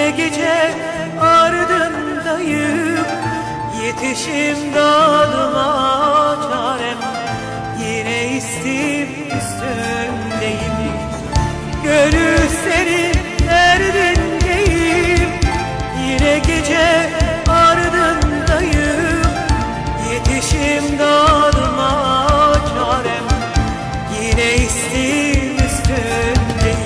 Yine gece ardındayım, yetişim dalıma çarem. Yine istim üstündeyim, gönül senin derdindeyim. Yine gece ardındayım, yetişim dalıma çarem. Yine istim üstündeyim.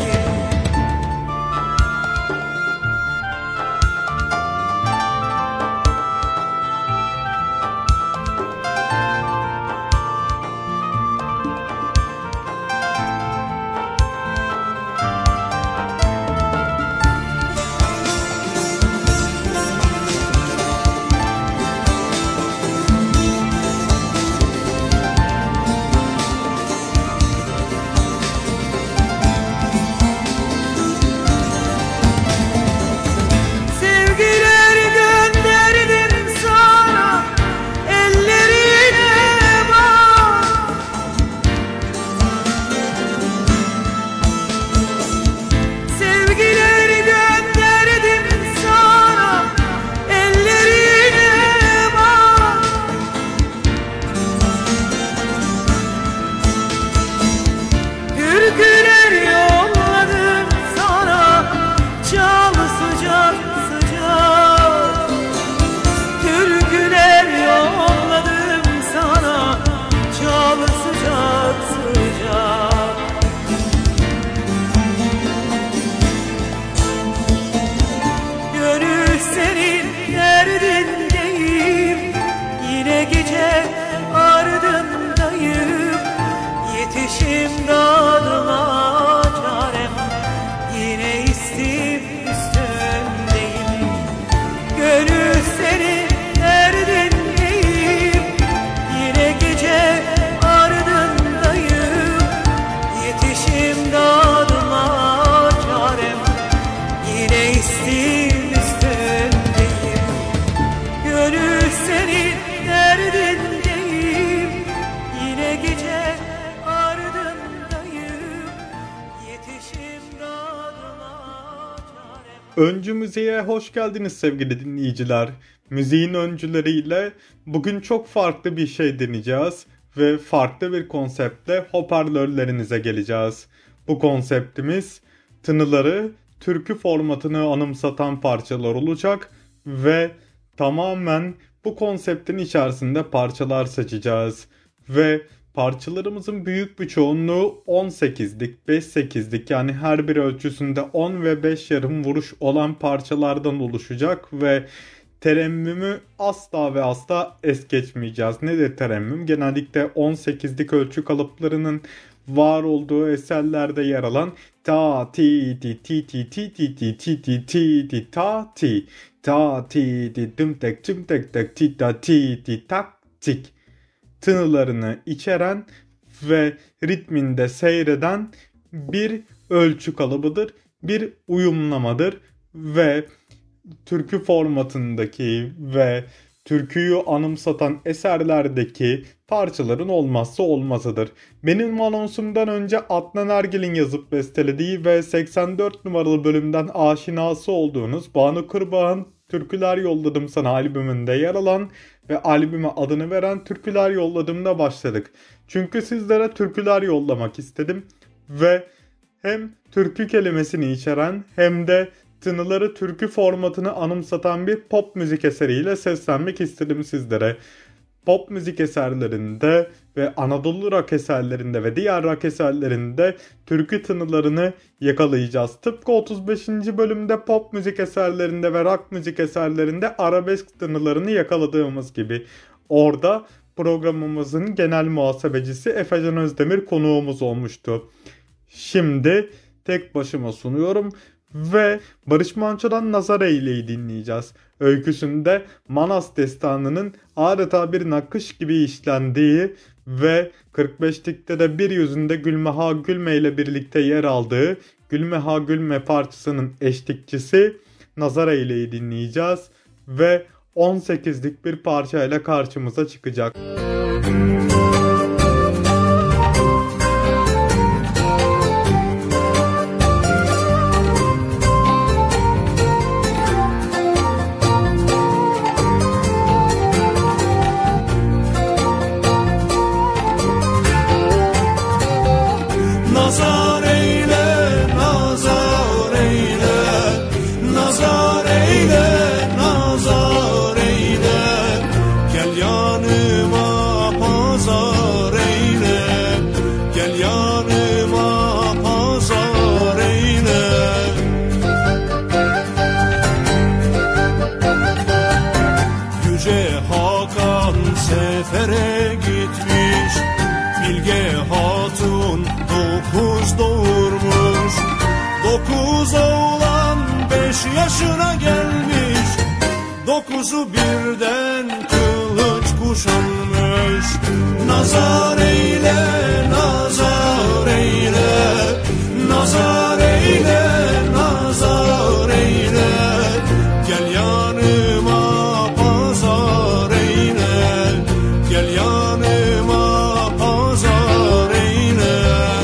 Yetişim dalıma çarem. Yine istim üstündeyim, gönül senin derdindeyim. Yine gece ardındayım, yetişim dalıma çarem. Yine istim üstündeyim, gönül senin derdindeyim. Yine gece Öncü Müziğe hoş geldiniz sevgili dinleyiciler. Müziğin öncüleriyle bugün çok farklı bir şey deneyeceğiz ve farklı bir konseptle hoparlörlerinize geleceğiz. Bu konseptimiz tınıları türkü formatını anımsatan parçalar olacak ve tamamen bu konseptin içerisinde parçalar seçeceğiz. Ve parçalarımızın büyük bir çoğunluğu 18'lik, 5-8'lik yani her bir ölçüsünde 10 ve 5 yarım vuruş olan parçalardan oluşacak ve teremmümü asla ve asla es geçmeyeceğiz. Nedir teremmüm? Genellikle 18'lik ölçü kalıplarının var olduğu eserlerde yer alan ta ti ti ti ti ti ti ti ti ti ti ti ta ti ta ti ti dım tek tüm tek tek ti ta ti ti tak tik tınılarını içeren ve ritminde seyreden bir ölçü kalıbıdır, bir uyumlamadır ve türkü formatındaki ve türküyü anımsatan eserlerdeki parçaların olmazsa olmazıdır. Benim anonsumdan önce Adnan Ergil'in yazıp bestelediği ve 84 numaralı bölümden aşinası olduğunuz Banu Kırbağ'ın Türküler Yolladım Sana albümünde yer alan ve albüme adını veren Türküler Yolladım'da başladık. Çünkü sizlere türküler yollamak istedim ve hem türkü kelimesini içeren hem de tınıları türkü formatını anımsatan bir pop müzik eseriyle seslenmek istedim sizlere. Pop müzik eserlerinde ve Anadolu rock eserlerinde ve diğer rock eserlerinde türkü tınılarını yakalayacağız. Tıpkı 35. bölümde pop müzik eserlerinde ve rock müzik eserlerinde arabesk tınılarını yakaladığımız gibi. Orada programımızın genel muhasebecisi Efecan Özdemir konuğumuz olmuştu. Şimdi tek başıma sunuyorum ve Barış Manço'dan Nazar Eyle'yi dinleyeceğiz. Öyküsünde Manas destanının adeta bir nakış gibi işlendiği ve 45'likte de bir yüzünde Gülme Ha Gülme ile birlikte yer aldığı Gülme Ha Gülme parçasının eşlikçisi Nazar Eyle'yi dinleyeceğiz ve 18'lik bir parçayla karşımıza çıkacak. sefere gitmiş. Bilge Hatun 9 doğurmuş. 9 oğlan 5 yaşına gelmiş. 9'u birden kılıç kuşanmış. Nazar eyle, nazar eyle, nazar eyle, nazar eyle. Gel yanıma pazar eyle, gel yanıma pazar eyle.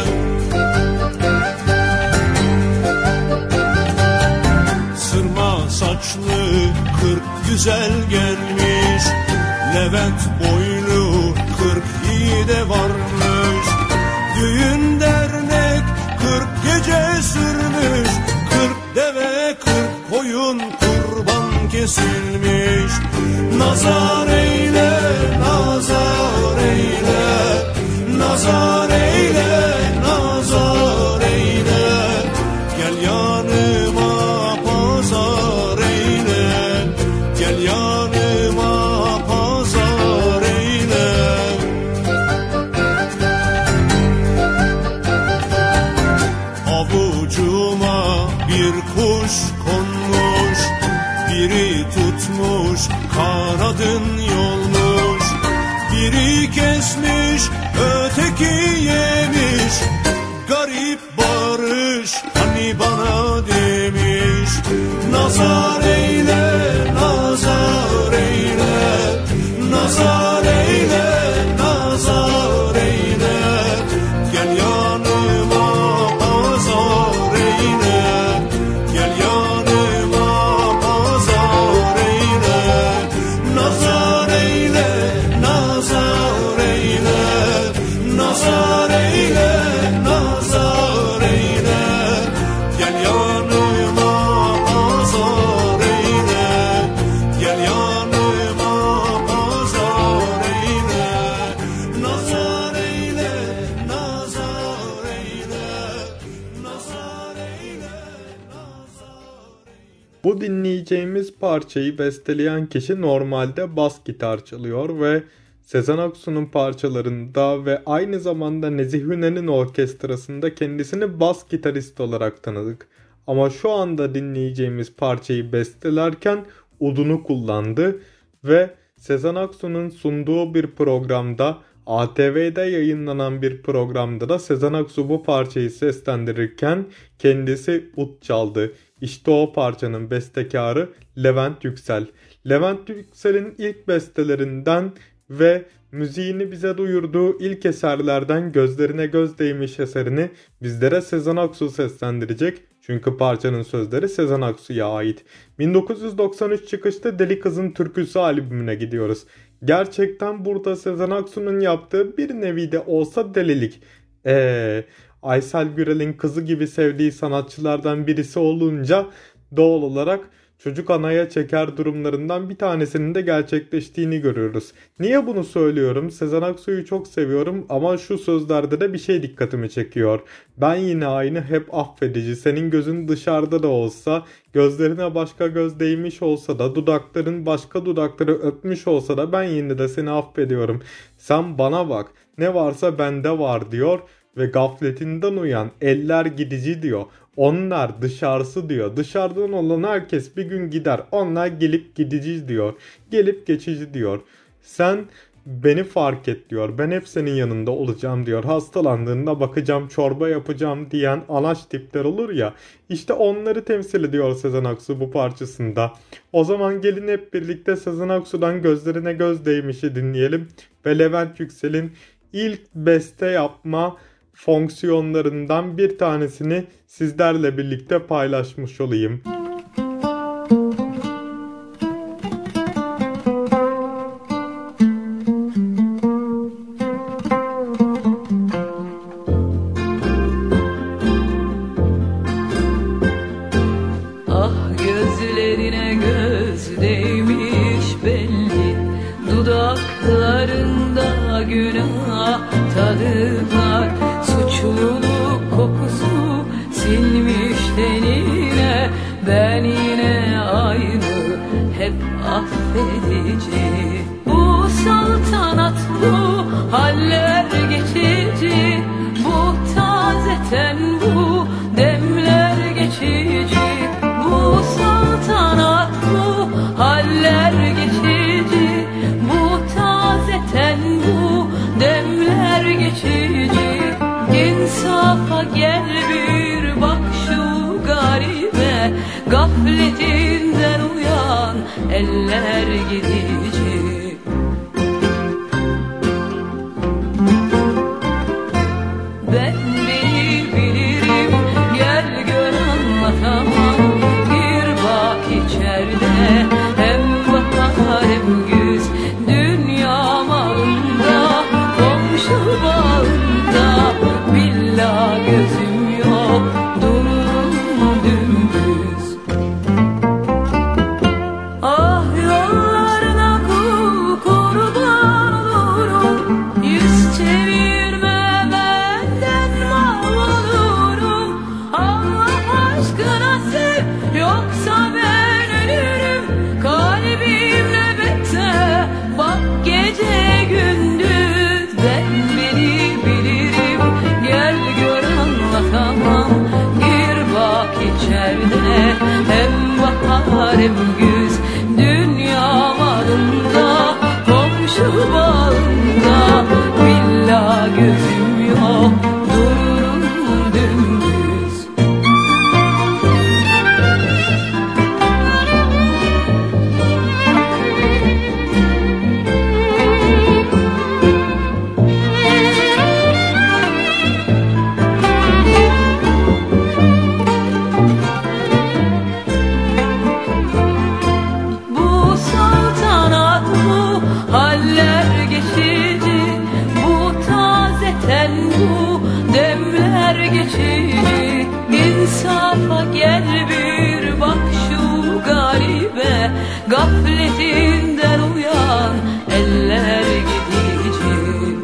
Sırma saçlı 40 güzel gelmiş. Levent boylu 40 yiğide varmış. Düğün dernek 40 gece sürmüş. 40 deve 40 koyun kurban kesilmiş. Nazar eyle, nazar eyle, nazar eyle, nazar eyle. Gel yanıma pazar eyle, gel yanıma pazar eyle. Avucuma bir kuş konmuş, biri tutmuş kanadın yolmuş. Biri kesmiş öteki yemiş. Garip barış hani bana demiş. Nazar eyle, nazar eyle, nazar eyle, nazar eyle. Gel yanıma pazar eyle, gel yanıma pazar eyle. Nazar eyle, nazar eyle, nazar eyle, nazar eyle. Gel yanıma pazar eyle, gel yanıma pazar eyle. Nazar eyle, nazar eyle, nazar eyle, nazar eyle. Bu dinleyeceğimiz parçayı besteleyen kişi normalde bas gitar çalıyor ve Sezen Aksu'nun parçalarında ve aynı zamanda Nezih Hünen'in orkestrasında kendisini bas gitarist olarak tanıdık. Ama şu anda dinleyeceğimiz parçayı bestelerken udunu kullandı ve Sezen Aksu'nun sunduğu bir programda, ATV'de yayınlanan bir programda da Sezen Aksu bu parçayı seslendirirken kendisi ud çaldı. İşte o parçanın bestekarı Levent Yüksel. Levent Yüksel'in ilk bestelerinden ve müziğini bize duyurduğu ilk eserlerden Gözlerine Göz Değmiş eserini bizlere Sezen Aksu seslendirecek. Çünkü parçanın sözleri Sezen Aksu'ya ait. 1993 çıkışta Deli Kızın Türküsü albümüne gidiyoruz. Gerçekten burada Sezen Aksu'nun yaptığı bir nevi de olsa delilik. Aysel Gürel'in kızı gibi sevdiği sanatçılardan birisi olunca doğal olarak çocuk anaya çeker durumlarından bir tanesinin de gerçekleştiğini görüyoruz. Niye bunu söylüyorum? Sezen Aksu'yu çok seviyorum ama şu sözlerde de bir şey dikkatimi çekiyor. Ben yine aynı, hep affedici, senin gözün dışarıda da olsa, gözlerine başka göz değmiş olsa da, dudakların başka dudakları öpmüş olsa da ben yine de seni affediyorum. Sen bana bak, ne varsa bende var diyor ve gafletinden uyan eller gidici diyor. Onlar dışarısı diyor. Dışarıdan olan herkes bir gün gider. Onlar gelip gidici diyor. Gelip geçici diyor. Sen beni fark et diyor. Ben hep senin yanında olacağım diyor. Hastalandığında bakacağım, çorba yapacağım diyen anaç tipler olur ya. İşte onları temsil ediyor Sezen Aksu bu parçasında. O zaman gelin hep birlikte Sezen Aksu'dan Gözlerine Göz Değmiş'i dinleyelim. Ve Levent Yüksel'in ilk beste yapma fonksiyonlarından bir tanesini sizlerle birlikte paylaşmış olayım. Ah gözlerine göz değmiş belli, dudaklarında günah tadı var. Suçluluk kokusu silmiş tenine, ben yine aynı, hep affedici. Bu saltanat eller gidici. Ben beni bilirim, gel gör anlatamam. Gir bak içeride, hem bahar hem güz. Dünya malında, komşu bağında. Billah gözüm yok, dururum dümdüz. Ah yollarına kurban olurum. Yüz çevirme benden mahvolurum. Allah aşkına sev, yoksa ben ölürüm. Kalbim nöbette, bak gece gündüz. Ben beni bilirim, gel gör anlatamam. Gir bak içeride, hem bahar hem güz. Dünya malında, komşu bağında. Billah gözüm yok, dururum dümdüz. Bu saltanat, bu haller geçici. Bu taze ten, bu demler geçici. İnsafa gel bir bak şu garibe. Gafletinden uyan, eller gidici.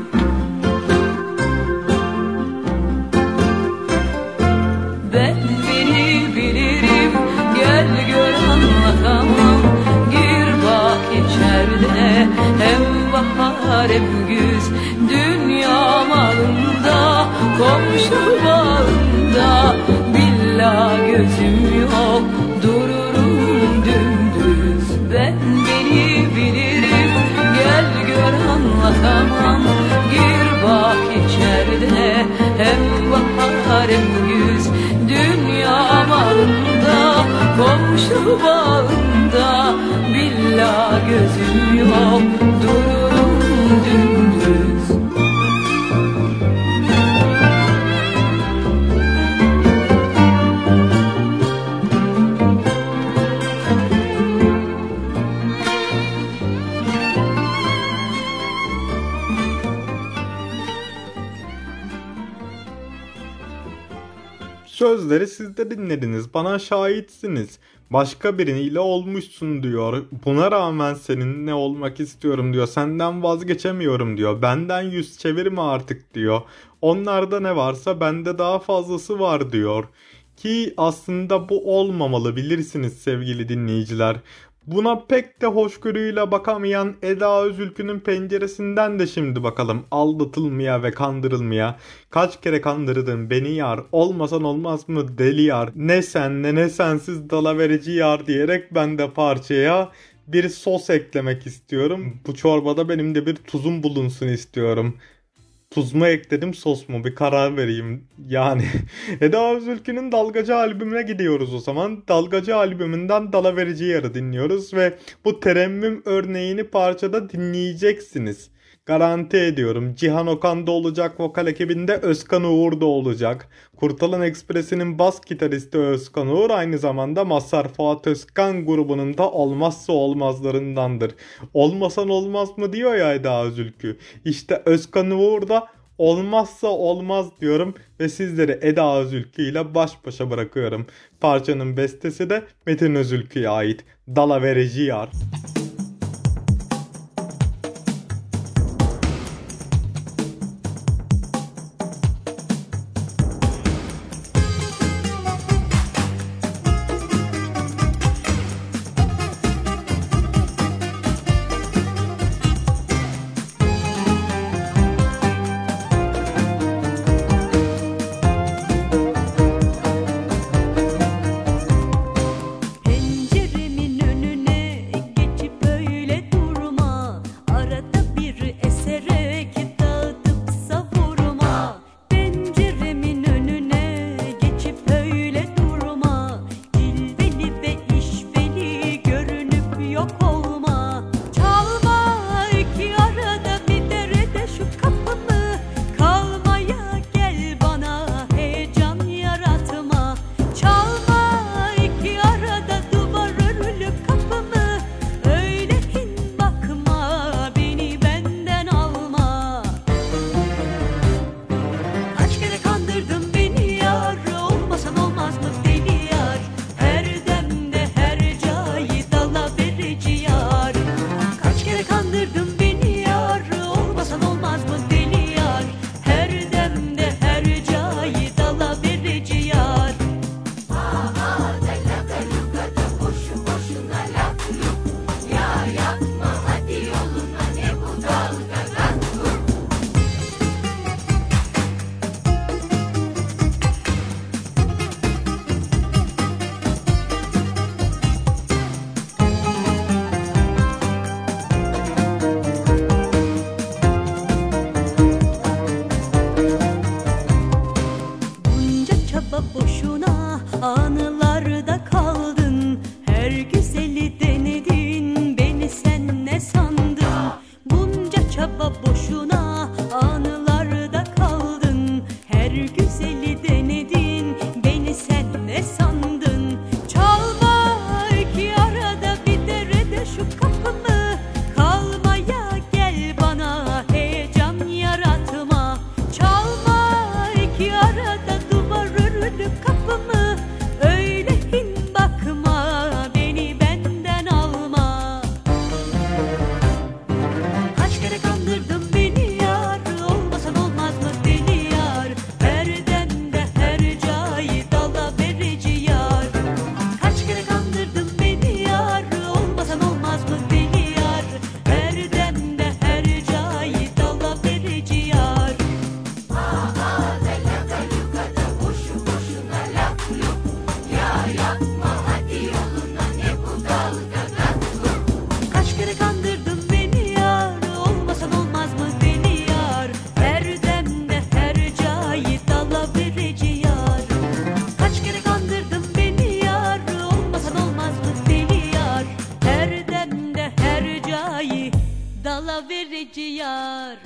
Ben beni bilirim, gel gör anlatamam. Gir bak içeride, hem bahar hem güz. Dünya malında, komşu bağında. Billah gözüm yok, dururum dümdüz. Ben beni bilirim, gel gör anlatamam. Gir bak içeride, hem bahar hem güz. Dünya malında, komşu bağında. Billah gözüm yok, dururum dümdüz. Sözleri siz de dinlediniz, bana şahitsiniz. Başka biriyle olmuşsun diyor. Buna rağmen seninle olmak istiyorum diyor. Senden vazgeçemiyorum diyor. Benden yüz çevirme artık diyor. Onlarda ne varsa bende daha fazlası var diyor. Ki aslında bu olmamalı, bilirsiniz sevgili dinleyiciler. Buna pek de hoşgörüyle bakamayan Eda Özülkü'nün penceresinden de şimdi bakalım. Aldatılmaya ve kandırılmaya. Kaç kere kandırdın beni yar, olmasan olmaz mı deli yar, ne senle ne sensiz dalaverici yar diyerek ben de parçaya bir sos eklemek istiyorum. Bu çorbada benim de bir tuzum bulunsun istiyorum. Tuz mu ekledim, sos mu? Bir karar vereyim. Yani Eda Özülkü'nün Dalgacı albümüne gidiyoruz o zaman. Dalgacı albümünden Dalaverici Yarı dinliyoruz ve bu teremmüm örneğini parçada dinleyeceksiniz. Garanti ediyorum. Cihan Okan da olacak vokal ekibinde, Özkan Uğur da olacak. Kurtalan Ekspresi'nin bas gitaristi Özkan Uğur aynı zamanda Mazhar Fuat Özkan grubunun da olmazsa olmazlarındandır. Olmasan olmaz mı diyor ya Eda Özülkü. İşte Özkan Uğur da olmazsa olmaz diyorum ve sizleri Eda Özülkü ile baş başa bırakıyorum. Parçanın bestesi de Metin Özülkü'ye ait. Dalaverici Yar. Penceremin önüne güzeli denedin, beni sen ne sandın? Bunca çaba boşuna anılarda kaldın. Her güzeli denedin, beni sen ne sandın? Çalma iki arada bir derede şu kapımı, kalmaya gel bana heyecan yaratma. Çalma iki arada duvar örülü kapımı, öyle hin bakma, beni benden alma. Kaç kere kandırdın beni yar, olmasan olmaz mı deli yar? Her demde her cayı dala verici yar. Kaç kere kandırdın beni yar, olmasan olmaz mı deli yar? Her demde her cayı dala verici yar. Kaç kere kandırdın beni yar, olmasan olmaz mı deli yar? Her demde her cayı dala verici yar. Kaç kere kandırdın beni yar, olmasan olmaz mı deli yar? Her demde her cayı dala verici yar.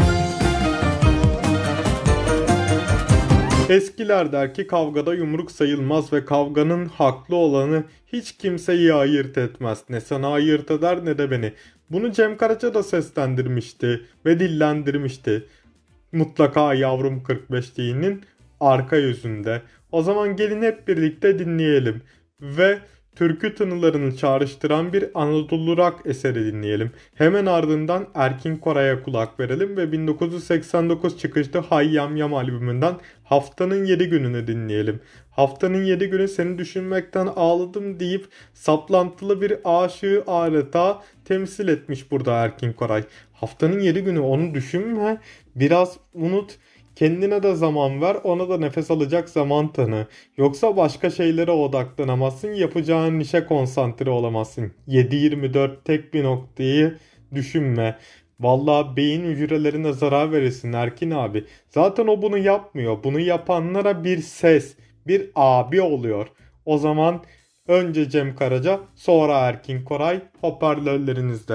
Eskiler der ki kavgada yumruk sayılmaz ve kavganın haklı olanı hiç kimseyi ayırt etmez. Ne sana ayırt eder ne de beni. Bunu Cem Karaca da seslendirmişti ve dillendirmişti. Mutlaka Yavrum 45'liğinin arka yüzünde. O zaman gelin hep birlikte dinleyelim ve türkü tınılarını çağrıştıran bir Anadolu rock eseri dinleyelim. Hemen ardından Erkin Koray'a kulak verelim ve 1989 çıkışlı Hay Yam Yam albümünden Haftanın 7 gününü dinleyelim. Haftanın 7 günü seni düşünmekten ağladım deyip saplantılı bir aşığı adeta temsil etmiş burada Erkin Koray. Haftanın 7 günü, onu düşünme, biraz unut. Kendine de zaman ver, ona da nefes alacak zaman tanı. Yoksa başka şeylere odaklanamazsın, yapacağın işe konsantre olamazsın. 7-24 tek bir noktayı düşünme. Vallahi beyin hücrelerine zarar verirsin Erkin abi. Zaten o bunu yapmıyor. Bunu yapanlara bir ses, bir abi oluyor. O zaman önce Cem Karaca, sonra Erkin Koray hoparlörlerinizde.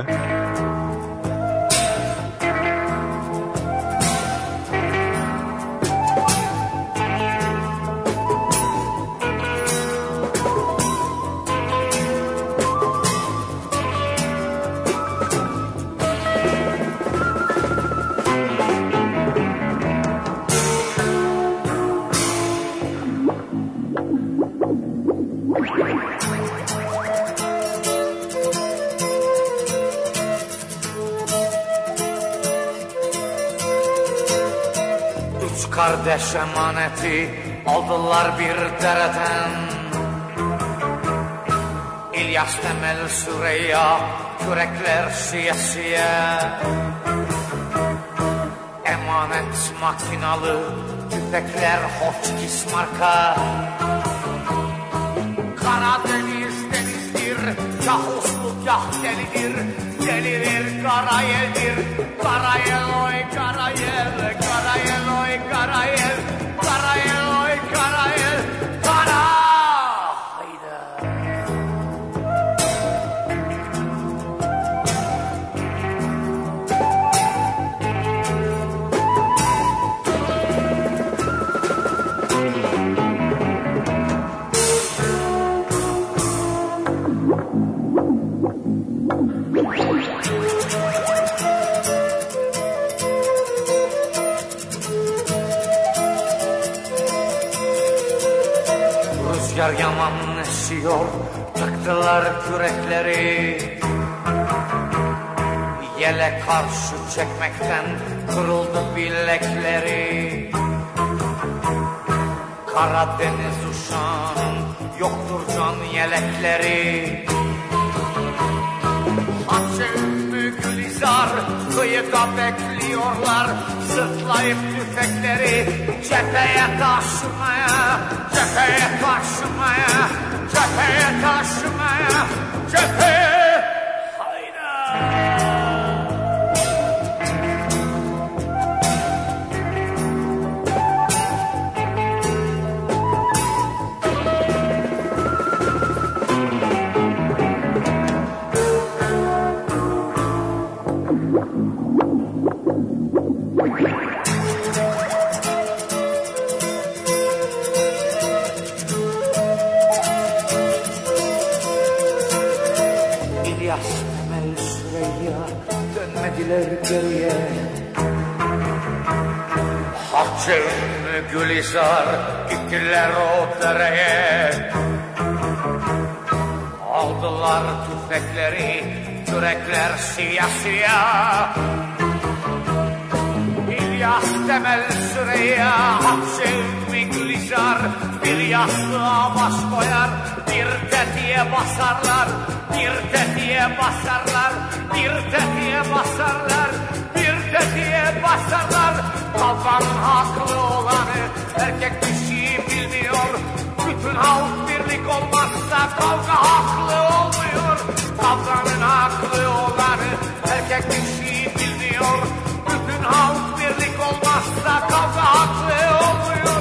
Kardeş emaneti aldılar bir dereden. İlyas Temel Süreyya, kürekler siye siye. Emanet makinalı tüfekler Hotchkiss marka. Karadeniz denizdir, kah uslu kah delidir. Delidir Karayel'dir, Karayel oy Karayel, Karayel oy Karayel, Karayel oy Karayel, Kara. Hayda. Rüzgar yaman esiyor, taktılar kürekleri. Yele karşı çekmekten kırıldı bilekleri. Karadeniz uşağının yoktur can yelekleri. Hacı Ümmü Gülizar kıyıda bekliyorlar, sırtlayıp tüfekleri. Cepheye taşımaya, cepheye taşımaya, cepheye taşımaya, cepheye. Hayda. İlyas, Temel, Süreyya dönmediler geriye. Hatice, Ümmü, Gülizar gittiler o dereye. Aldılar tüfekleri, kürekler siyah siyah. İlyas, Temel, Süreyya, Hatice, Ümmü, Gülizar bir yastığa baş koyar, bir tetiğe basarlar, bir tetiğe basarlar, bir tetiğe basarlar, bir tetiğe basarlar. Kavganın haklı olanı erkek dişi bilmiyor. Bütün halk birlik olmazsa kavga haklı olmuyor. Kavganın haklı olanı erkek dişi bilmiyor. Bütün halk birlik olmazsa kavga haklı olmuyor.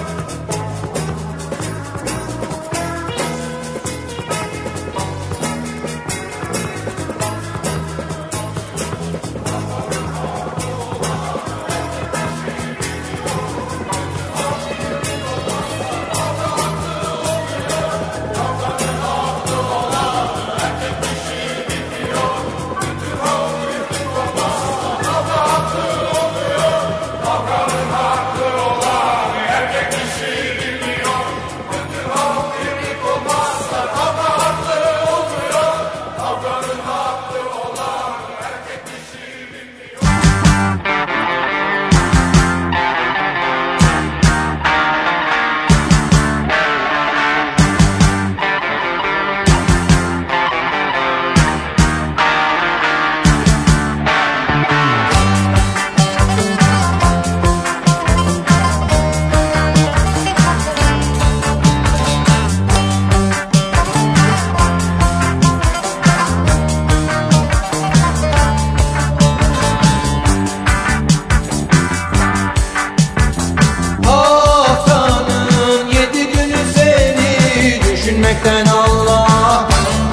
Düşünmekten Allah,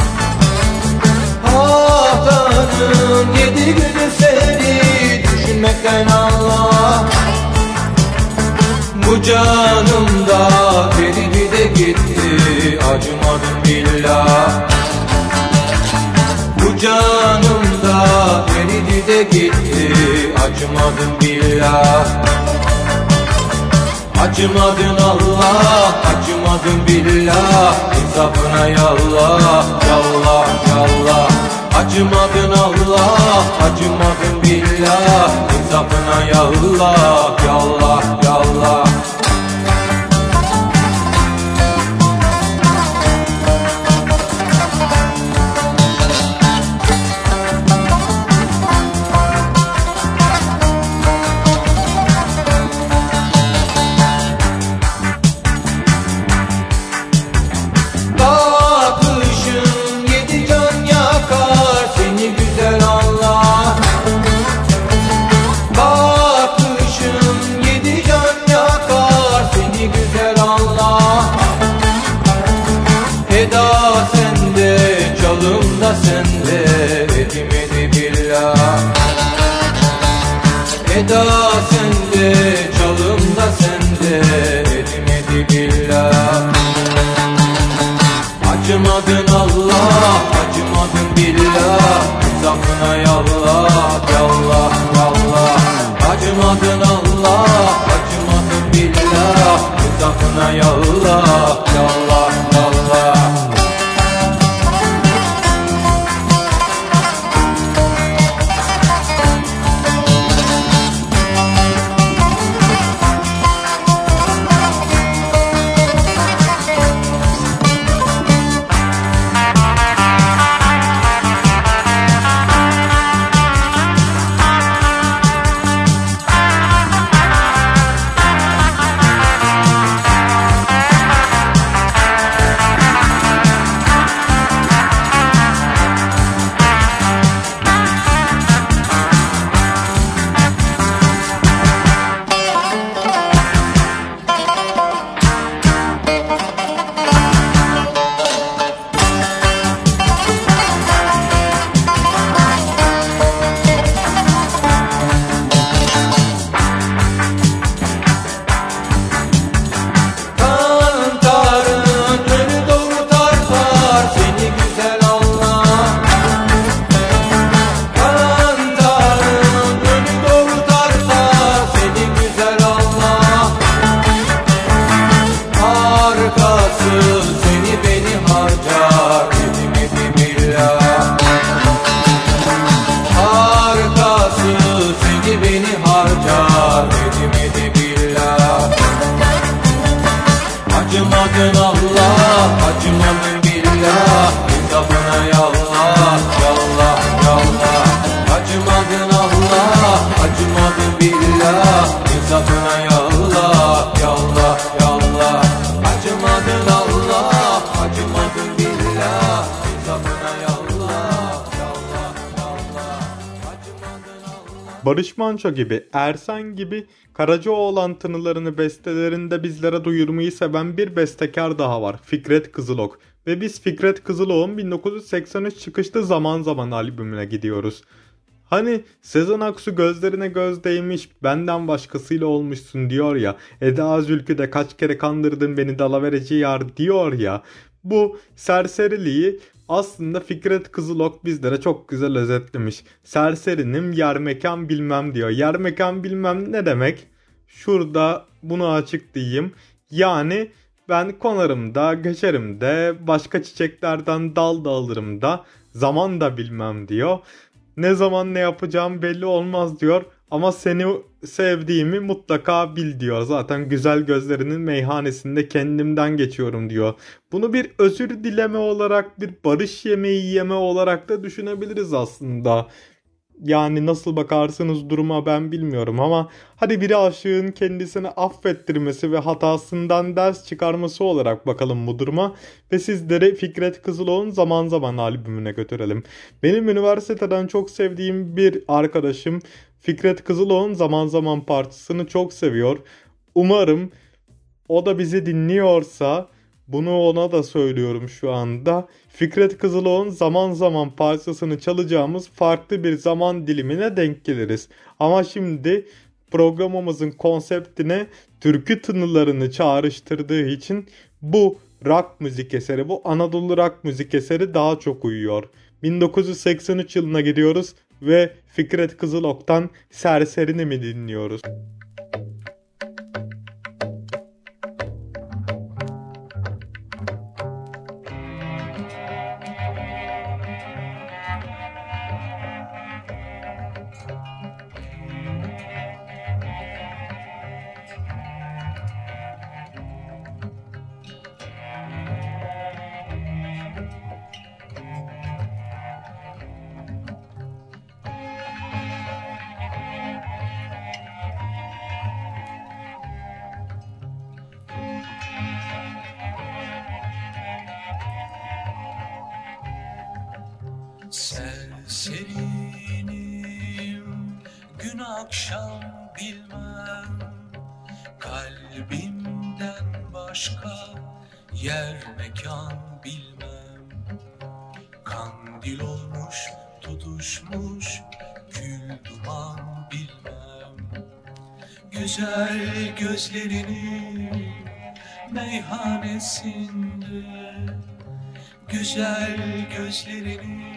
haftanın 7 günü seni düşünmekten Allah. Bu canımda eridi de gitti, acımadım billah. Bu canımda eridi de gitti, acımadım billah. Acımadın Allah, acımadın billah, insafına yallah, yallah, yallah. Acımadın Allah, acımadın billah, insafına yallah, yallah, yallah. Eda sende, çalım da sende, edimedi billah. Eda sende, çalım da sende, edimedi billah. Acımadın Allah, acımadın billah, insafına yallah, yallah, yallah. Acımadın Allah, acımadın billah, insafına yallah, yallah, yallah. insafına yallah, yallah, yallah. Acımadın Allah, acımadın billah, insafına yallah, yallah, yallah. Acımadın Allah. Barış Manço gibi, Ersen gibi Karacaoğlan tınılarını bestelerinde bizlere duyurmayı seven bir bestekar daha var. Fikret Kızılok. Ve biz Fikret Kızılok'un 1983 çıkışlı Zaman Zaman albümüne gidiyoruz. Hani Sezen Aksu gözlerine göz değmiş, benden başkasıyla olmuşsun diyor ya. Eda Zülkü de kaç kere kandırdın beni dalavereci yar diyor ya. Bu serseriliği aslında Fikret Kızılok bizlere çok güzel özetlemiş. Serserinim yer mekan bilmem diyor. Yer mekan bilmem ne demek? Şurada bunu açıklayayım. Yani ben konarım da geçerim de başka çiçeklerden dal da alırım da zaman da bilmem diyor. Ne zaman ne yapacağım belli olmaz diyor. Ama seni sevdiğimi mutlaka bil diyor. Zaten güzel gözlerinin meyhanesinde kendimden geçiyorum diyor. Bunu bir özür dileme olarak, bir barış yemeği yeme olarak da düşünebiliriz aslında. Yani nasıl bakarsınız duruma ben bilmiyorum ama hadi biri aşığın kendisini affettirmesi ve hatasından ders çıkarması olarak bakalım bu duruma ve sizleri Fikret Kızılok'un Zaman Zaman albümüne götürelim. Benim üniversiteden çok sevdiğim bir arkadaşım Fikret Kızılok'un Zaman Zaman parçasını çok seviyor. Umarım o da bizi dinliyorsa bunu ona da söylüyorum şu anda. Fikret Kızılok'un Zaman Zaman parçasını çalacağımız farklı bir zaman dilimine denk geliriz. Ama şimdi programımızın konseptine türkü tınılarını çağrıştırdığı için bu rock müzik eseri, bu Anadolu rock müzik eseri daha çok uyuyor. 1983 yılına gidiyoruz ve Fikret Kızılok'tan Serserini mi dinliyoruz? Serserinim gün akşam bilmem, kalbimden başka yer mekan bilmem. Kandil olmuş tutuşmuş gül duman bilmem. Güzel gözlerinin meyhanesinde, güzel gözlerinin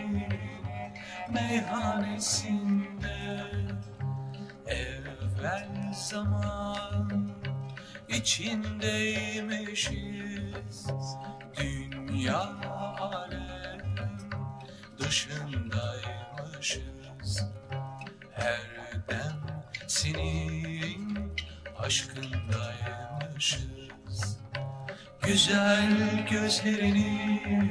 meyhanesinde evvel zaman içindeymişiz, dünya alem dışındaymışız. Her dem senin aşkındaymışız. Güzel gözlerinin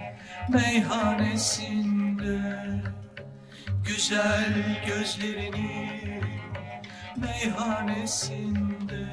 meyhanesinde, güzel gözlerinin meyhanesinde.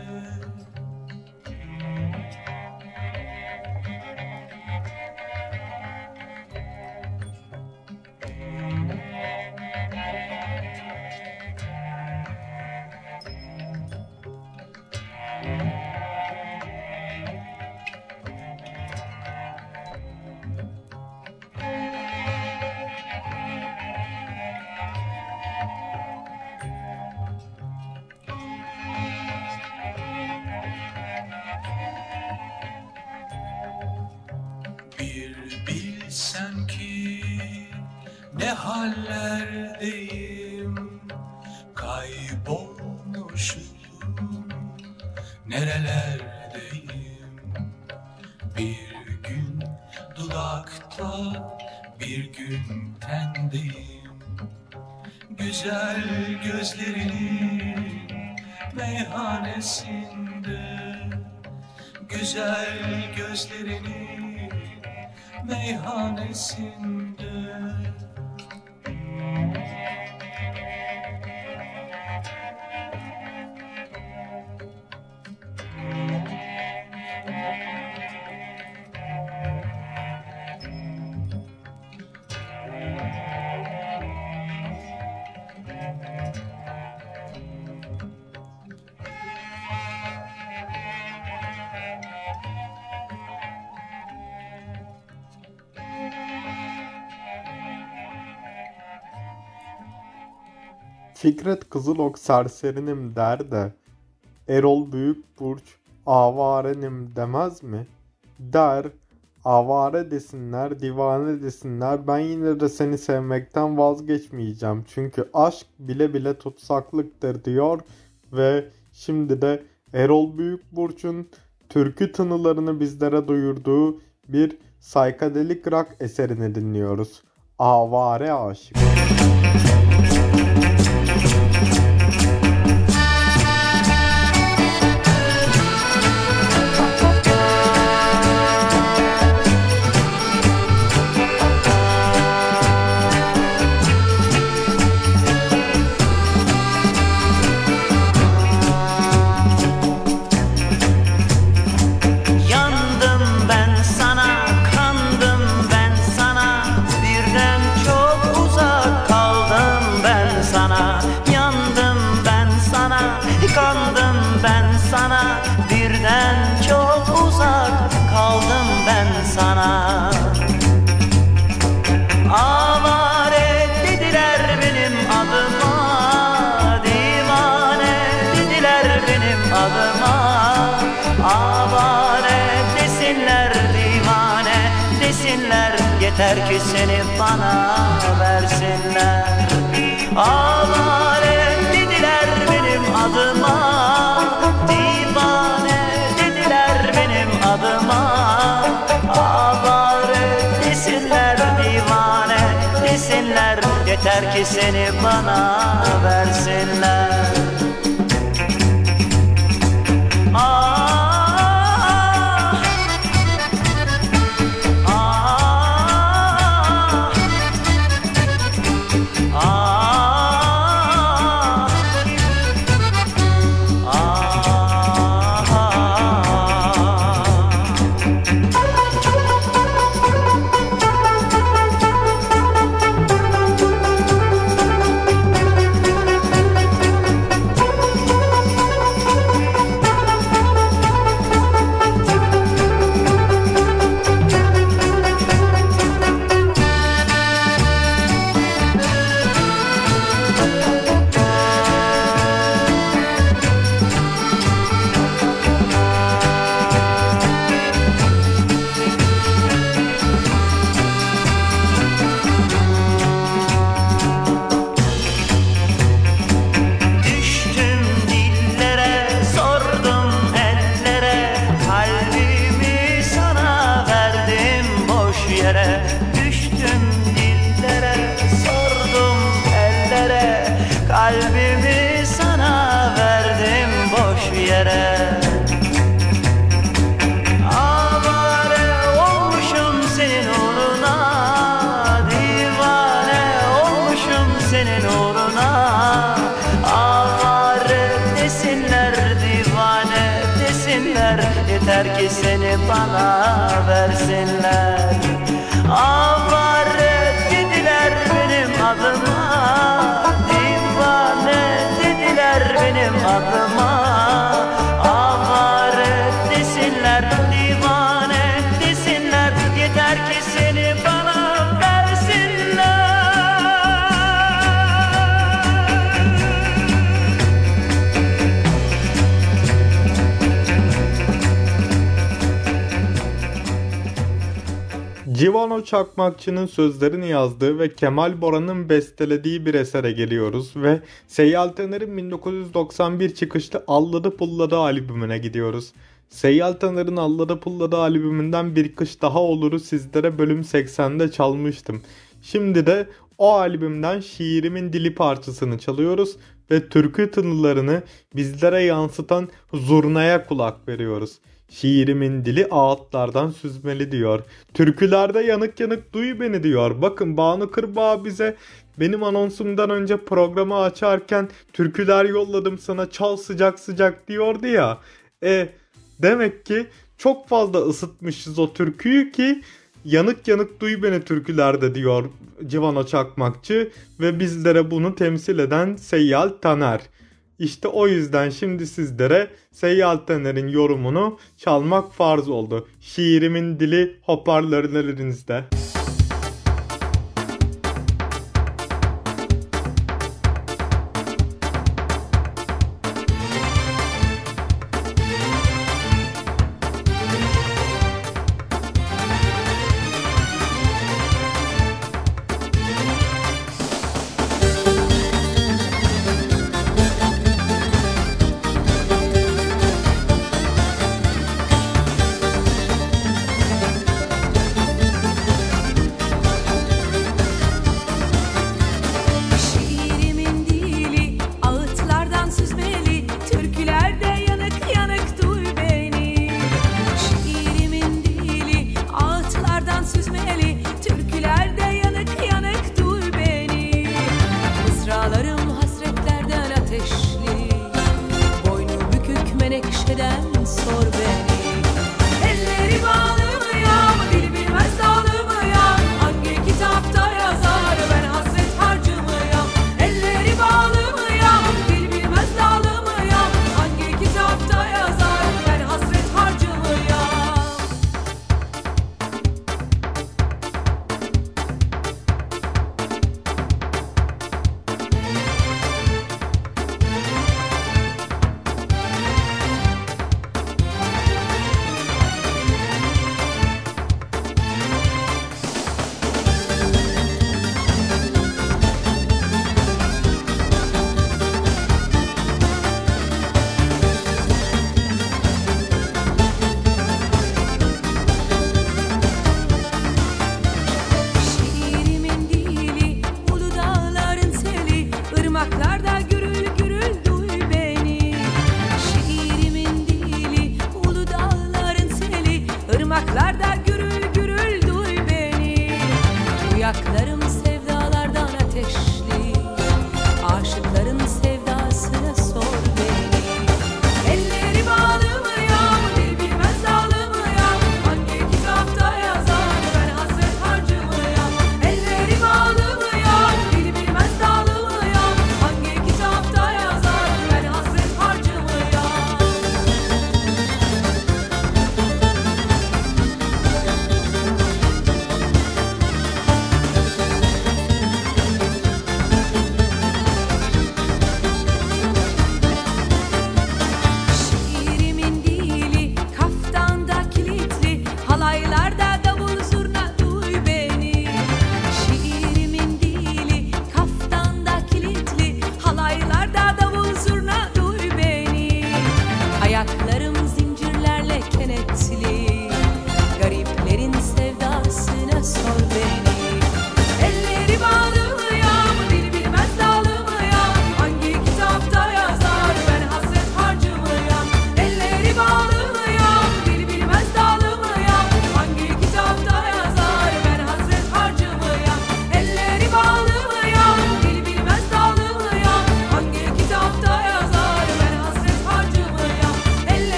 Bir bilsen ki ne hallerdeyim, kaybolmuşum nerelerdeyim. Bir gün dudakta, bir gün tendeyim. Güzel gözlerinin meyhanesinde, güzel gözlerinin meyhanesinde. Fikret Kızılok serserinim der de Erol Büyükburç avarenim demez mi? Der, avare desinler, divane desinler, ben yine de seni sevmekten vazgeçmeyeceğim. Çünkü aşk bile bile tutsaklıktır diyor ve şimdi de Erol Büyükburç'un türkü tınılarını bizlere duyurduğu bir psychedelic rock eserini dinliyoruz. Avare Aşık. Yandım ben sana, kandım ben sana, birden çok uzak kaldım ben sana. Yandım ben sana, kandım ben sana, birden çok uzak kaldım ben sana. Avare dediler benim adıma, divane dediler benim adıma. Avare desinler, divane desinler, yeter ki seni bana versinler. Avare dediler benim adıma, divane dediler benim adıma. Avare desinler, divane desinler, yeter ki seni bana versinler. Ah, düştüm dillere, sordum ellere, kalbimi sana verdim boş yere. Düştüm dillere, sordum ellere, kalbimi sana verdim boş yere. Avare olmuşum senin uğruna, divane olmuşum senin uğruna. Avare desinler, divane desinler, yeter ki seni bana versinler. Avare dediler benim adıma, divane dediler benim adıma. Avare desinler, divane desinler, yeter ki seni bana versinler. Civano Çakmakçı'nın sözlerini yazdığı ve Kemal Boran'ın bestelediği bir esere geliyoruz ve Seyyal Taner'in 1991 çıkışlı Alladı Pulladı albümüne gidiyoruz. Seyyal Taner'in Alladı Pulladı albümünden Bir Kış Daha Olur'u sizlere bölüm 80'de çalmıştım. Şimdi de o albümden Şiirimin Dili parçasını çalıyoruz ve türkü tınılarını bizlere yansıtan zurnaya kulak veriyoruz. Şiirimin dili ağıtlardan süzmeli diyor. Türkülerde yanık yanık duy beni diyor. Bakın Banu Kırbağ bize benim anonsumdan önce programı açarken türküler yolladım sana çal sıcak sıcak diyordu ya. Demek ki çok fazla ısıtmışız o türküyü ki yanık yanık duy beni türkülerde diyor Civano Çakmakçı ve bizlere bunu temsil eden Seyyal Taner. İşte o yüzden şimdi sizlere Seyyal Taner'in yorumunu çalmak farz oldu. Şiirimin dili hoparlörlerinizde.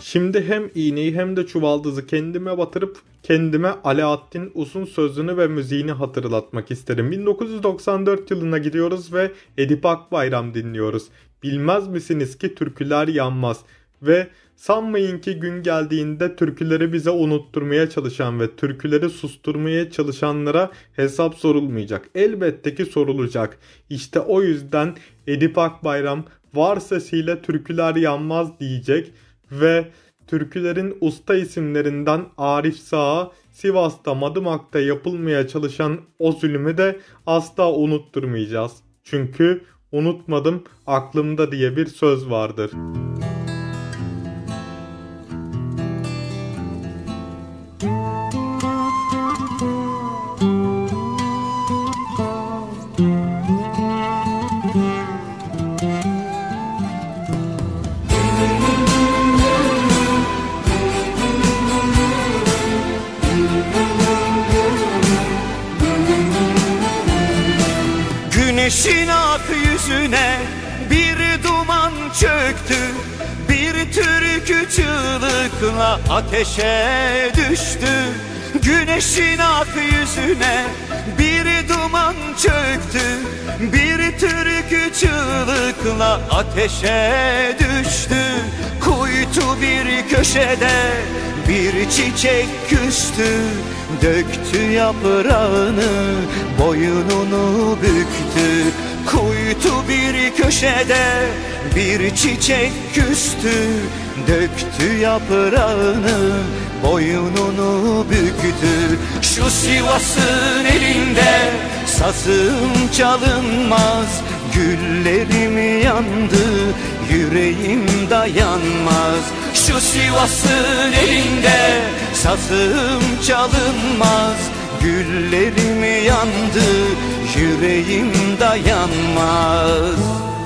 Şimdi hem iğneyi hem de çuvaldızı kendime batırıp kendime Alaaddin Us'un sözünü ve müziğini hatırlatmak isterim. 1994 yılına gidiyoruz ve Edip Akbayram dinliyoruz. Bilmez misiniz ki türküler yanmaz. Ve sanmayın ki gün geldiğinde türküleri bize unutturmaya çalışan ve türküleri susturmaya çalışanlara hesap sorulmayacak. Elbette ki sorulacak. İşte o yüzden Edip Akbayram var sesiyle türküler yanmaz diyecek ve türkülerin usta isimlerinden Arif Sağ'a Sivas'ta Madımak'ta yapılmaya çalışan o zulmü de asla unutturmayacağız. Çünkü unutmadım aklımda diye bir söz vardır. Güneşin ak yüzüne bir duman çöktü, bir türkü çığlıkla ateşe düştü. Güneşin ak yüzüne bir duman çöktü, bir türkü çığlıkla ateşe düştü. Kuytu bir köşede bir çiçek küstü, döktü yaprağını, boynunu büktü. Kuytu bir köşede bir çiçek küstü, döktü yaprağını, boynunu büktü. Şu Sivas'ın elinde sazım çalınmaz, güllerim yandı, yüreğim dayanmaz. Şu Sivas'ın elinde sazım çalınmaz, güllerim yandı, yüreğim dayanmaz.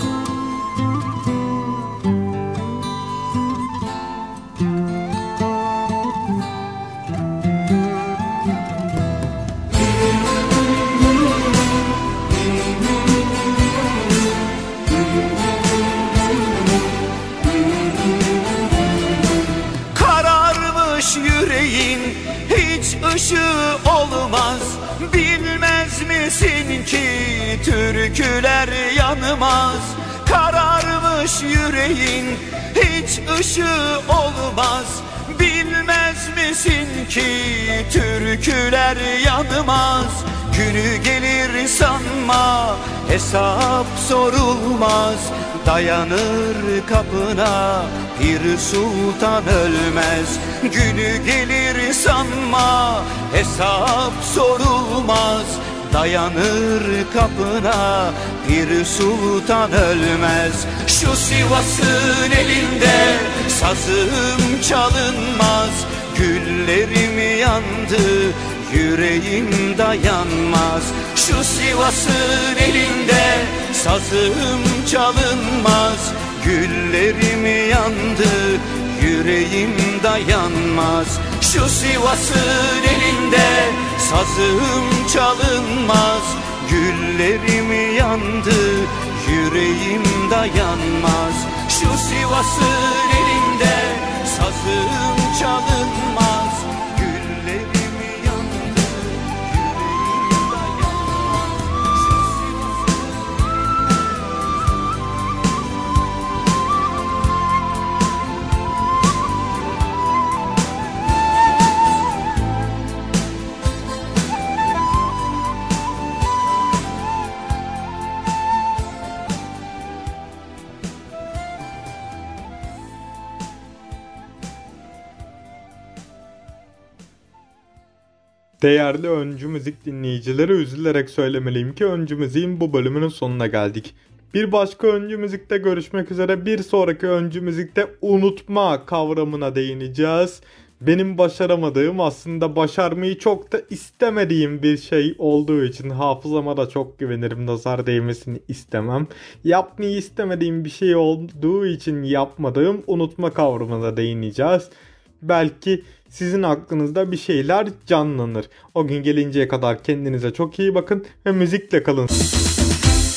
Kararmış yüreğin hiç ışığı olmaz. Bilmez misin ki türküler yanmaz. Kararmış yüreğin hiç ışığı olmaz. Bilmez misin ki türküler yanmaz. Günü gelir sanma, hesap sorulmaz. Dayanır kapına, bir sultan ölmez. Günü gelir sanma, hesap sorulmaz. Dayanır kapına, bir sultan ölmez. Şu Sivas'ın elinde sazım çalınmaz, güllerim yandı, yüreğim dayanmaz. Şu Sivas'ın elinde sazım çalınmaz, güllerim yandı, yüreğim dayanmaz. Şu Sivas'ın elinde sazım çalınmaz, güllerim yandı, yüreğim dayanmaz. Şu Sivas'ın elinde sazım çalınmaz, güllerim yandı, yüreğim dayanmaz. Şu Değerli Öncü Müzik dinleyicileri, üzülerek söylemeliyim ki Öncü Müzik'in bu bölümünün sonuna geldik. Bir başka Öncü Müzik'te görüşmek üzere. Bir sonraki Öncü Müzik'te unutma kavramına değineceğiz. Benim başaramadığım, aslında başarmayı çok da istemediğim bir şey olduğu için, hafızama da çok güvenirim, nazar değmesini istemem. Yapmayı istemediğim bir şey olduğu için yapmadığım unutma kavramına değineceğiz. Belki sizin aklınızda bir şeyler canlanır. O gün gelinceye kadar kendinize çok iyi bakın ve müzikle kalın.